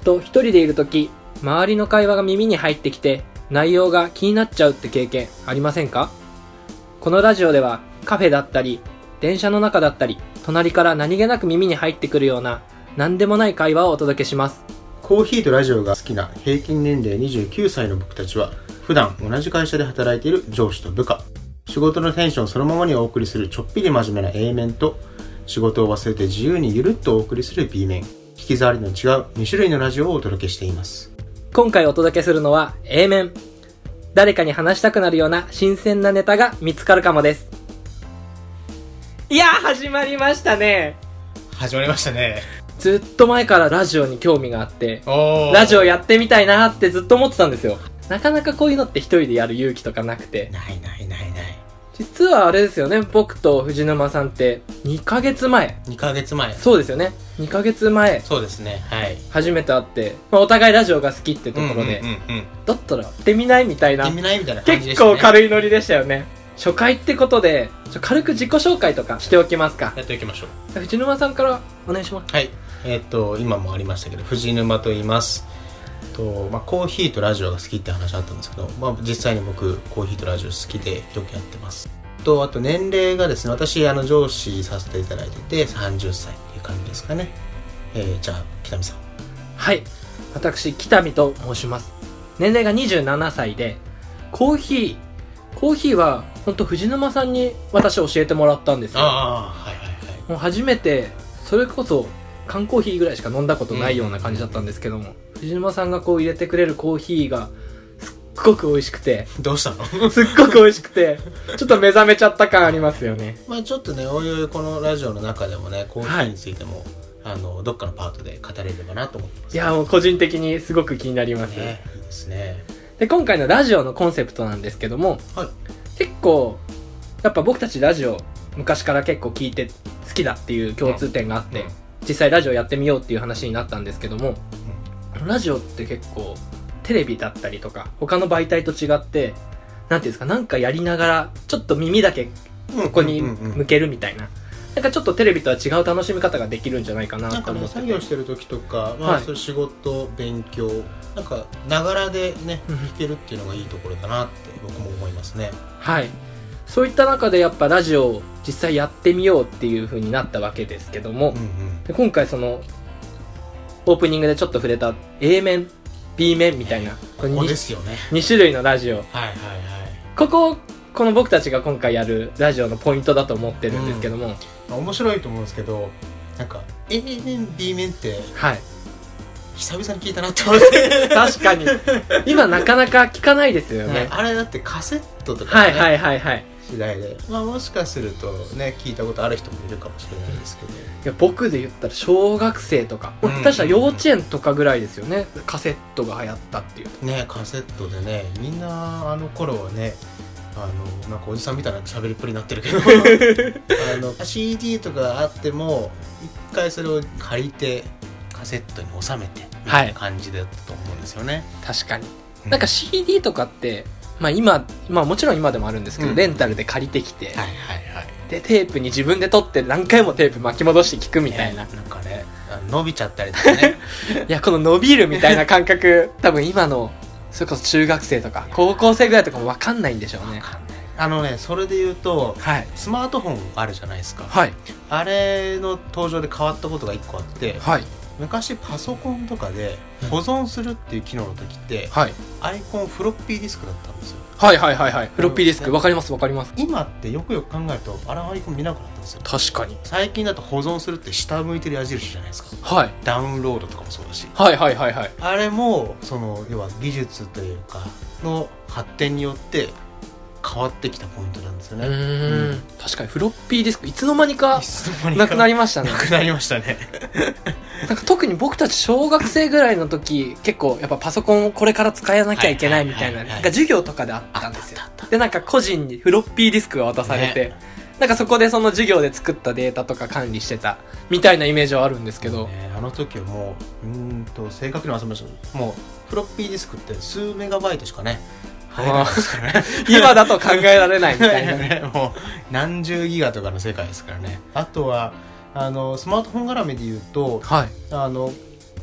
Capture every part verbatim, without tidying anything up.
と一人でいるとき、周りの会話が耳に入ってきて内容が気になっちゃうって経験ありませんか？このラジオではカフェだったり電車の中だったり隣から何気なく耳に入ってくるような何でもない会話をお届けします。 コーヒーとラジオが好きな平均年齢にじゅうきゅうさいの僕たちは普段同じ会社で働いている上司と部下、仕事のテンションそのままにお送りするちょっぴり真面目な A 面と仕事を忘れて自由にゆるっとお送りする B 面、聞き障りの違うに種類のラジオをお届けしています。 今回お届けするのは A 面。誰かに話したくなるような新鮮なネタが見つかるかもです。いやー始まりましたね。 始まりましたね。 ずっと前からラジオに興味があってラジオやってみたいなってずっと思ってたんですよ。なかなかこういうのって一人でやる勇気とかなくて、 ないないないない。 実はあれですよね、僕と藤沼さんってにかげつまえにかげつまえそうですよね、にかげつまえそうですね、はい、 初めて会って、まあ、お互いラジオが好きってところで、 うんうんうんうん、 だったらやってみないみたいな、 やってみないみたいな感じでしたね。結構軽いノリでしたよね。初回ってことでちょ軽く自己紹介とかしておきますか。 やっておきましょう。 藤沼さんからお願いします。 はい、えー、っと今もありましたけど藤沼と言います。と、まあ、コーヒーとラジオが好きって話あったんですけど、まあ、実際に僕コーヒーとラジオ好きでよくやってます。とあと年齢がですね、私あの上司させていただいててさんじゅっさいっていう感じですかね。えー、じゃあ北見さん。 はい、私北見と申します。年齢がにじゅうななさいで、コーヒーコーヒーは本当藤沼さんに私教えてもらったんですよ。 ああ、はいはいはい。 もう初めてそれこそ缶コーヒーぐらいしか飲んだことないような感じだったんですけども、うんうんうん、藤沼さんがこう入れてくれるコーヒーがすっごく美味しくて。 どうしたの？ すっごく美味しくてちょっと目覚めちゃった感ありますよね。 まあちょっとね、おいおいこのラジオの中でもね、コーヒーについても、はい、あのどっかのパートで語れればなと思ってます、ね。 いやもう個人的にすごく気になります、 ね、いいですね。 で今回のラジオのコンセプトなんですけども、はい、結構やっぱ僕たちラジオ昔から結構聞いて好きだっていう共通点があって、うん、実際ラジオやってみようっていう話になったんですけども、うん、ラジオって結構テレビだったりとか他の媒体と違ってなんていうんですか、なんかやりながらちょっと耳だけここに向けるみたいな、うんうんうん、なんかちょっとテレビとは違う楽しみ方ができるんじゃないかなと思ってて、なんかね、 作業してる時とか、まあはい、そういう仕事勉強なんかながらでね弾けるっていうのがいいところだなって僕も思いますね。 はい、そういった中でやっぱラジオを実際やってみようっていう風になったわけですけども、うんうん、で今回そのオープニングでちょっと触れた A 面 B 面みたいな、 ここですよね、 に種類のラジオ、 はいはいはい、 こここの僕たちが今回やるラジオのポイントだと思ってるんですけども、 うん、面白いと思うんですけど、なんか A 面 B 面ってはい久々に聞いたなって思って確かに今なかなか聞かないですよね、 ね、あれだってカセットとか、ね、 はいはいはいはい次第で、まあ、もしかするとね聞いたことある人もいるかもしれないですけど、いや僕で言ったら小学生とか、うん、確か幼稚園とかぐらいですよね、カセットが流行ったっていうね。カセットでね、みんなあの頃はね、あのなんかおじさんみたいな喋りっぷりになってるけどあの シーディー とかあっても一回それを借りてカセットに収めてみたいな感じだったと思うんですよね、 はい、確かに、うん、なんか シーディー とかってまあ今、まあもちろん今でもあるんですけど、うん、レンタルで借りてきて、はいはいはい、でテープに自分で撮って何回もテープ巻き戻して聞くみたいな、 ね、なんかね伸びちゃったりとかねいやこの伸びるみたいな感覚多分今のそれこそ中学生とか高校生ぐらいとかも分かんないんでしょうね。 あのね、それで言うと、はい、スマートフォンあるじゃないですか、はい、あれの登場で変わったことがいっこあって、はい、昔パソコンとかで保存するっていう機能の時って、うん、アイコンフロッピーディスクだったんですよ。 はいはいはいはい、フロッピーディスク、わかりますわかります。 今ってよくよく考えるとあれアイコン見なくなったんですよ。 確かに最近だと保存するって下向いてる矢印じゃないですか、はい、ダウンロードとかもそうだし、 はいはいはいはい、 あれもその要は技術というかの発展によって変わってきたポイントなんですよね。うーん、うん、確かにフロッピーディスクいつの間にかなくなりましたね。 なくなりましたねなんか特に僕たち小学生ぐらいの時結構やっぱパソコンこれから使わなきゃいけないみたいな、なんか授業とかであったんですよ。でなんか個人にフロッピーディスクが渡されて、ね、なんかそこでその授業で作ったデータとか管理してたみたいなイメージはあるんですけど、 ね、あの時はもううーんと正確に忘れましたもうフロッピーディスクって数メガバイトしかね今だと考えられないみたいなね、もう何十ギガとかの世界ですからね。あとはあのスマートフォン絡みで言うと、はい、あの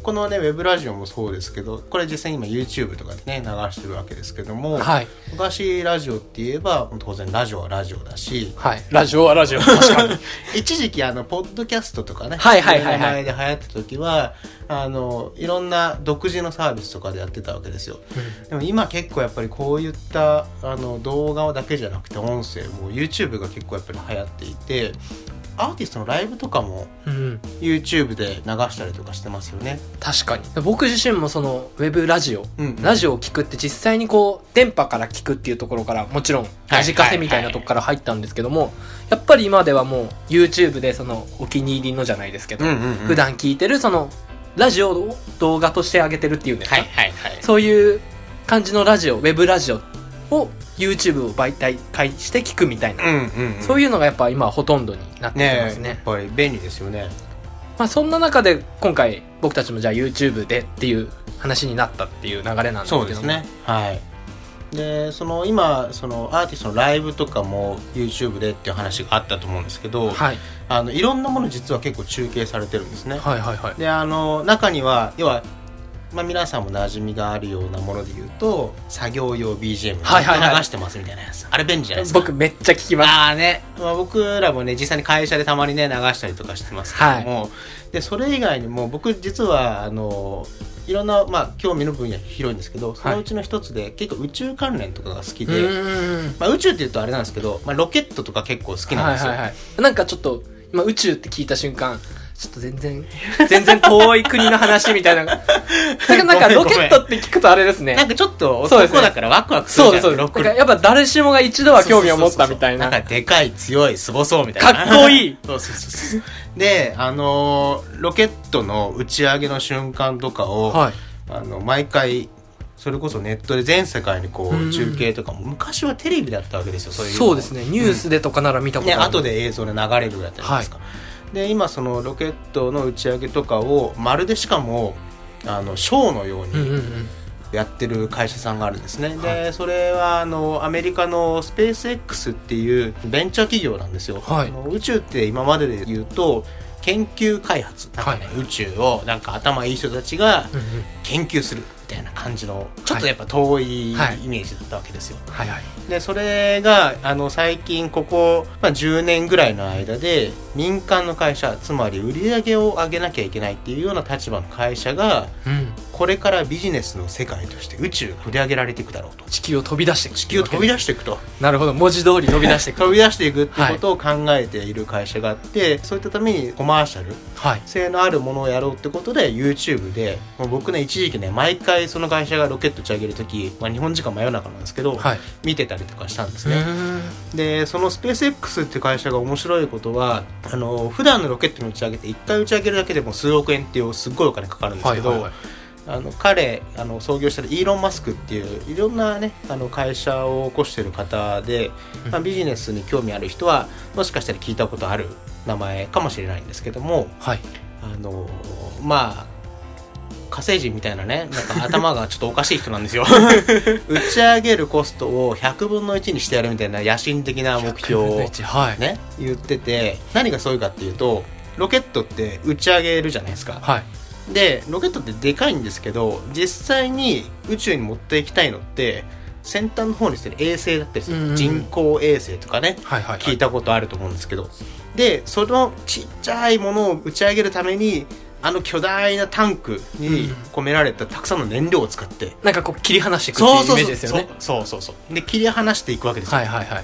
このねウェブラジオもそうですけど、これ実際に今 YouTube とかでね流してるわけですけども、 はい、 昔ラジオって言えば当然ラジオはラジオだし、 はい、ラジオはラジオ確かに一時期あのポッドキャストとかね、 はいはいはいはい、 名前で流行った時はあのいろんな独自のサービスとかでやってたわけですよ、うん、でも今結構やっぱりこういったあの動画だけじゃなくて音声も YouTube が結構やっぱり流行っていて、アーティストのライブとかも YouTube で流したりとかしてますよね、 うん、確かに僕自身もそのウェブラジオ、うんうん、ラジオを聞くって実際にこう電波から聞くっていうところからもちろんラジカセみたいなとこから入ったんですけども、はいはいはい、やっぱり今ではもう YouTube でそのお気に入りのじゃないですけど、うんうんうん、普段聞いてるそのラジオを動画として上げてるっていうんですか、はいはいはい、そういう感じのラジオ、ウェブラジオを YouTube を媒体化して聞くみたいな、うんうんうん、そういうのがやっぱ今ほとんどになってきますね。 やっぱり便利ですよね。 まあ、そんな中で今回僕たちもじゃあ YouTube でっていう話になったっていう流れなんですけども、 そうですね、はい。でその今そのアーティストのライブとかも YouTube でっていう話があったと思うんですけど、はい、あのいろんなもの実は結構中継されてるんですね、はいはいはい、であの中には要は、まあ、皆さんも馴染みがあるようなもので言うと作業用 ビージーエム 流してますみたいなやつ、はいはいはい、あれ便利じゃないですか。 僕めっちゃ聞きます。 あ、ね、まあ、僕らもね実際に会社でたまにね流したりとかしてますけども、はい、でそれ以外にも僕実はあのいろんな、まあ、興味の分野広いんですけど、そのうちの一つで、はい、結構宇宙関連とかが好きで、まあ、宇宙って言うとあれなんですけど、まあ、ロケットとか結構好きなんですよ、はいはいはい、 なんかちょっと今宇宙って聞いた瞬間ちょっと全然全然遠い国の話みたいななんかなんかロケットって聞くとあれですね、 なんかちょっと男だからワクワクするじゃん。 そうですそうです。なんかやっぱ誰しもが一度は興味を持ったみたいな、 なんかでかい強いすごそうみたいな、 かっこいいそうそうそうで、あのー、ロケットの打ち上げの瞬間とかを、はい、あの毎回それこそネットで全世界にこう中継とかも、昔はテレビだったわけですよ。そういうのそうですね、ニュースでとかなら見たことある、 ね、後で映像で流れるぐらいだったじゃないですか、はい、で今そのロケットの打ち上げとかをまるでしかもあのショーのようにやってる会社さんがあるんですね、うんうんうん、でそれはあのアメリカのスペース X っていうベンチャー企業なんですよ、はい、あの宇宙って今までで言うと研究開発なんか、ね、はい、宇宙をなんか頭いい人たちが研究するみたいな感じのちょっとやっぱ遠いイメージだったわけですよ、はいはいはい、でそれがあの最近ここ、まあ、じゅうねんぐらいの間で民間の会社、つまり売り上げを上げなきゃいけないっていうような立場の会社が、うん、これからビジネスの世界として宇宙が取り上げられていくだろうと。 地球を飛び出していく、 地球を飛び出していくと。 なるほど、文字通り飛び出していく飛び出していくってことを考えている会社があって、はい、そういったためにコマーシャル、はい、性のあるものをやろうってことで YouTube でもう僕ね一時期ね毎回その会社がロケット打ち上げるとき、まあ、日本時間真夜中なんですけど、はい、見てたりとかしたんですね。でそのスペース X っていう会社が面白いことは、あの普段のロケットの打ち上げっていっかい打ち上げるだけでも数億円っていうすっごいお金かかるんですけど、はいはいはい、あの彼あの創業したイーロン・マスクっていういろんなねあの会社を起こしてる方で、まあ、ビジネスに興味ある人はもしかしたら聞いたことある名前かもしれないんですけども、はい、あのまあ火星人みたいなね、なんか頭がちょっとおかしい人なんですよ打ち上げるコストをひゃくぶんのいちにしてやるみたいな野心的な目標を、ね、はい、言ってて、何がそういうかっていうとロケットって打ち上げるじゃないですか、はい、でロケットってでかいんですけど実際に宇宙に持っていきたいのって先端の方にしてる衛星だったりする、うんうん、人工衛星とかね、はいはいはい、聞いたことあると思うんですけど、でそのちっちゃいものを打ち上げるためにあの巨大なタンクに込められたたくさんの燃料を使って、うん、 なんかこう切り離していくっていうイメージですよね。 そうそうそうそうで切り離していくわけですよ、 はいはいはい、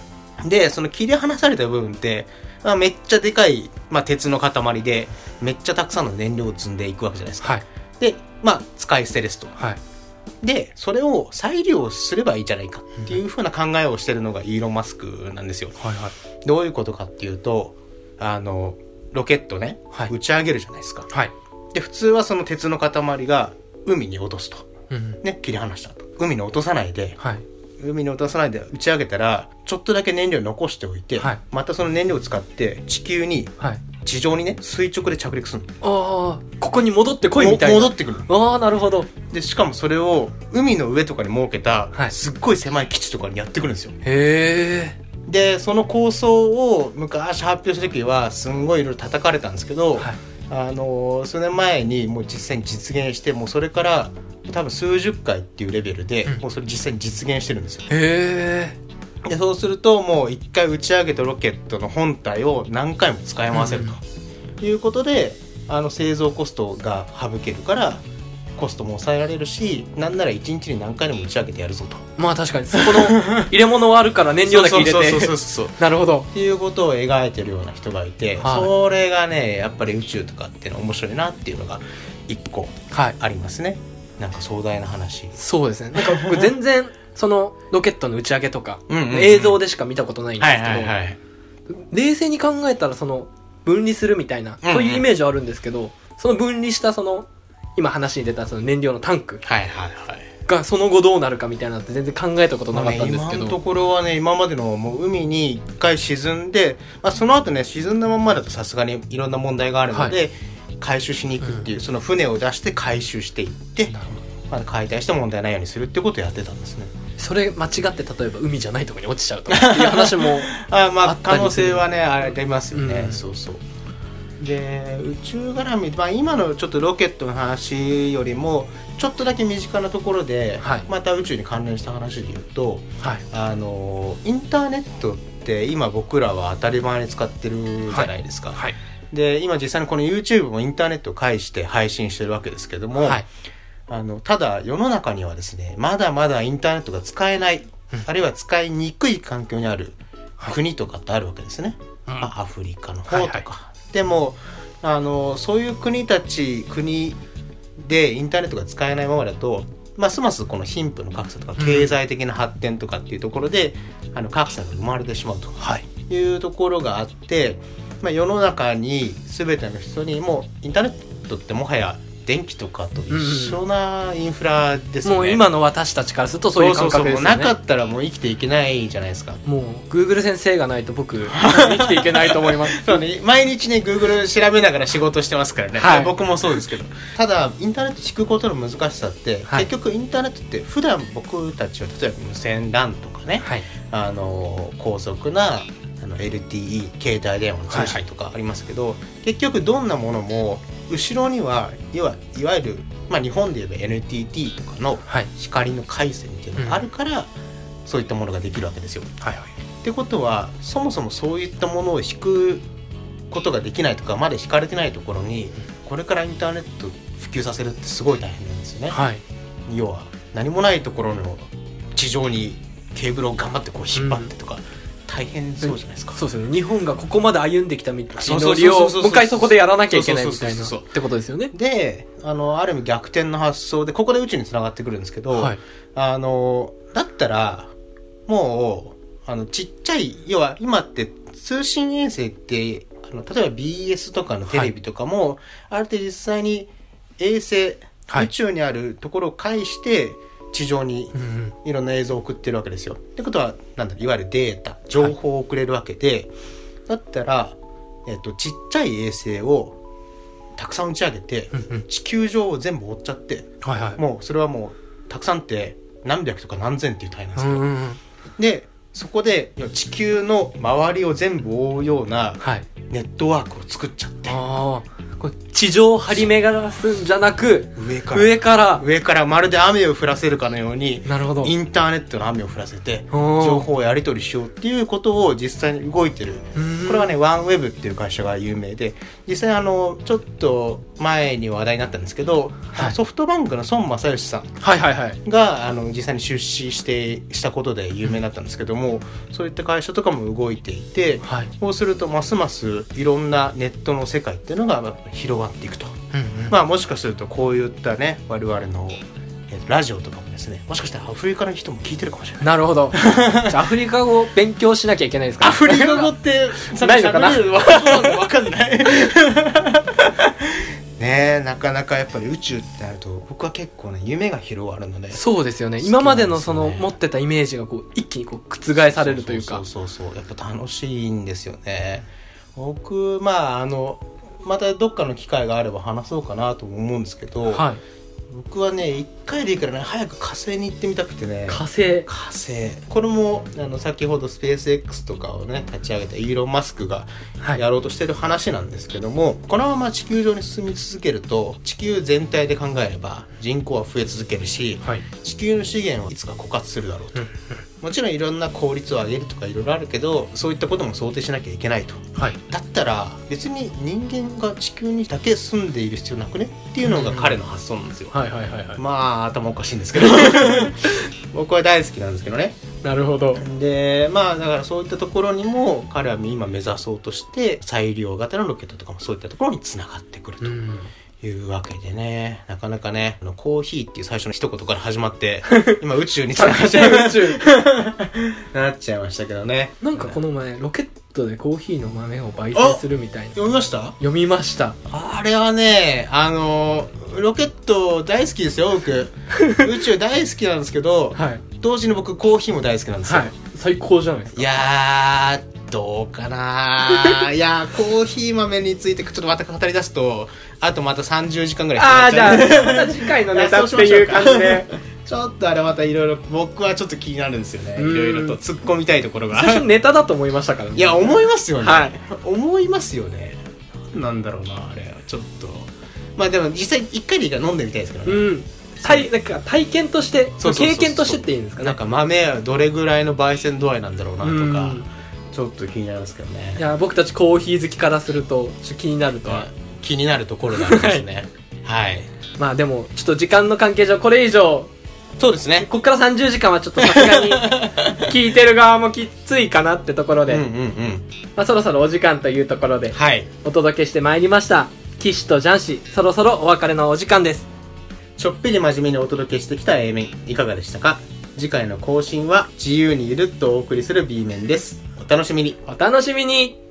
でその切り離された部分って、まあ、めっちゃでかい、まあ、鉄の塊でめっちゃたくさんの燃料を積んでいくわけじゃないですか、はい、でまあ使い捨てですと、はい、でそれを再利用すればいいじゃないかっていう風な考えをしてるのがイーロン・マスクなんですよ、はいはい、どういうことかっていうとあのロケットね、はい、打ち上げるじゃないですか、はい、で普通はその鉄の塊が海に落とすと、うんね、切り離したと海に落とさないで、はい、海に落とさないで打ち上げたらちょっとだけ燃料残しておいて、はい、またその燃料を使って地球に、はい、地上にね垂直で着陸するの。 ああここに戻ってこいみたいな。 戻ってくる。 ああなるほど。 でしかもそれを海の上とかに設けた、はい、すっごい狭い基地とかにやってくるんですよ。 へえ。でその構想を昔発表した時はすんごいいろいろ叩かれたんですけど、はい、 あの数年前にもう実際に実現して、もうそれから多分数十回っていうレベルで、うん、もうそれ実際に実現してるんですよ。 へー。でそうするともう一回打ち上げたロケットの本体を何回も使い回せるということで、うん、あの製造コストが省けるからコストも抑えられるし、なんならいちにちに何回でも打ち上げてやるぞと。 まあ確かにそこの入れ物はあるから燃料だけ入れてそうそうそうそうなるほどっていうことを描いてるような人がいて、はい、それがねやっぱり宇宙とかっていうの面白いなっていうのが一個ありますね、はい、なんか壮大な話。 そうですね。なんか僕全然そのロケットの打ち上げとか映像でしか見たことないんですけど、はいはいはい、冷静に考えたらその分離するみたいな、そういうイメージはあるんですけど、うんうん、その分離したその今話に出たその燃料のタンクがその後どうなるかみたいなのって全然考えたことなかったんですけど、 今のところはね今までのもう海に一回沈んで、まあ、その後ね沈んだままだとさすがにいろんな問題があるので、はい、回収しに行くっていう、うん、その船を出して回収していって、まあ、解体して問題ないようにするってことをやってたんですね。 それ間違って例えば海じゃないところに落ちちゃうとかっていう話もあ、まあ、可能性はねありますよね、うん、そうそう。で宇宙絡み、まあ、今のちょっとロケットの話よりもちょっとだけ身近なところで、はい、また宇宙に関連した話で言うと、はい、あのインターネットって今僕らは当たり前に使ってるじゃないですか、はいはい、で今実際にこの YouTube もインターネットを介して配信してるわけですけども、はい、あのただ世の中にはですねまだまだインターネットが使えない、うん、あるいは使いにくい環境にある国とかってあるわけですね、はい、まあ、アフリカの方とか、はいはい、でもあのそういう国たち国でインターネットが使えないままだとますますこの貧富の格差とか経済的な発展とかっていうところで、うん、あの格差が生まれてしまうというところがあって、まあ、世の中に全ての人にもインターネットってもはや電気とかと一緒なインフラですよね、 もう今の私たちからするとそういう感覚ですよね。 そうそうそう、なかったらもう生きていけないじゃないですか。 もう Google 先生がないと僕生きていけないと思いますそう、ね、毎日ね Google 調べながら仕事してますからね、はい、僕もそうですけど、ただインターネット聞くことの難しさって、はい、結局インターネットって普段僕たちは例えば無線 ラン とかね、はい、あの高速なあの エルティーイー 携帯電話の通信とかありますけど、はいはい、結局どんなものも後ろには要はいわゆる、まあ、日本で言えば エヌティーティー とかの光の回線っていうのがあるから、はい、そういったものができるわけですよ、はいはい、ってことはそもそもそういったものを引くことができないとかまだ引かれてないところにこれからインターネット普及させるってすごい大変なんですよね、はい、要は何もないところの地上にケーブルを頑張ってこう引っ張ってとか、うん、大変そうじゃないですか。 そうですよね。日本がここまで歩んできた道のりをもう一回そこでやらなきゃいけないみたいなってことですよね。 で、あのある意味逆転の発想でここで宇宙につながってくるんですけど、はい、あのだったらもうあのちっちゃい要は今って通信衛星ってあの例えば ビーエス とかのテレビとかも、はい、あれって実際に衛星、はい、宇宙にあるところを介して地上にいろんな映像を送ってるわけですよ、うんうん、ってことはなんだいわゆるデータ情報を送れるわけで、はい、だったら、えーと、ちっちゃい衛星をたくさん打ち上げて、うんうん、地球上を全部追っちゃって、はいはい、もうそれはもうたくさんって何百とか何千っていう単位なんですけど、うんうんうん、でそこで地球の周りを全部覆うようなネットワークを作っちゃって、 はい、あこれ地上を張り巡らすんじゃなく上から上から上からまるで雨を降らせるかのようになるほどインターネットの雨を降らせて情報をやり取りしようっていうことを実際に動いてる。これはねワンウェブっていう会社が有名で実際あのちょっと前に話題になったんですけど、はい、ソフトバンクの孫正義さんが、はいはいはい、あの実際に出資してしたことで有名になったんですけども、うん、そういった会社とかも動いていて、はい、そうするとますますいろんなネットの世界っていうのが広がっていくと、うんうん、まあもしかするとこういったね我々の、えー、ラジオとかもですねもしかしたらアフリカの人も聞いてるかもしれない。 なるほどじゃあアフリカ語を勉強しなきゃいけないですか、ね、 アフリカ語ってないのかな分かんないねえなかなかやっぱり宇宙ってなると僕は結構ね夢が広がるので。 そうですよね。今までのその持ってたイメージがこう一気にこう覆されるというかそうそうそうそうやっぱ楽しいんですよね。僕まああのまたどっかの機会があれば話そうかなと思うんですけど、はい、 僕はねいっかいでいいからね早く火星に行ってみたくてね。 火星火星これもあの先ほどスペース X とかをね立ち上げたイーロン・マスクがやろうとしてる話なんですけども、はい、このまま地球上に進み続けると地球全体で考えれば人口は増え続けるし、はい、地球の資源はいつか枯渇するだろうと、うんうん、もちろんいろんな効率を上げるとかいろいろあるけどそういったことも想定しなきゃいけないと、はい、だったら別に人間が地球にだけ住んでいる必要なくねっていうのが彼の発想なんですよ、うんうん、はいはいはいはい、まあ頭おかしいんですけど僕は大好きなんですけどね。 なるほど。 でまあだからそういったところにも彼は今目指そうとして最良型のロケットとかもそういったところにつながってくると、うんいうわけでね、なかなかね、あのコーヒーっていう最初の一言から始まって今宇宙につながっちゃう宇宙なっちゃいましたけどね。 なんかこの前ロケットでコーヒーの豆を焙煎するみたいな。 読みました？ 読みました。 あれはね、あのロケット大好きですよ僕宇宙大好きなんですけど、はい、同時に僕コーヒーも大好きなんですよ、はい、 最高じゃないですか。 いやーどうかないやコーヒー豆についてちょっとまた語り出すとあとまたさんじゅうじかんぐらいああじゃあまた次回のネタっていう感じでちょっとあれまたいろいろ僕はちょっと気になるんですよね。いろいろと突っ込みたいところが最初ネタだと思いましたからね。 いや思いますよね、はい、思いますよね。なんだろうなあれちょっとまあでも実際いっかいでいいから飲んでみたいですけどね、うん体, なんか体験として経験としてっていいんですかね。 なんか豆はどれぐらいの焙煎度合いなんだろうなとかちょっと気になりますけどね。 いや僕たちコーヒー好きからするとちょっと気になるとは、 気になるところなんですねはい。 まあでもちょっと時間の関係上これ以上そうですねこっからさんじゅうじかんはちょっとさすがに聞いてる側もきついかなってところでうんうん、うんまあ、そろそろお時間というところでお届けしてまいりました、はい、騎士と雀士そろそろお別れのお時間です。 ちょっぴり真面目にお届けしてきた A 面いかがでしたか。次回の更新は自由にゆるっとお送りする B 面です。お楽しみに。 お楽しみに。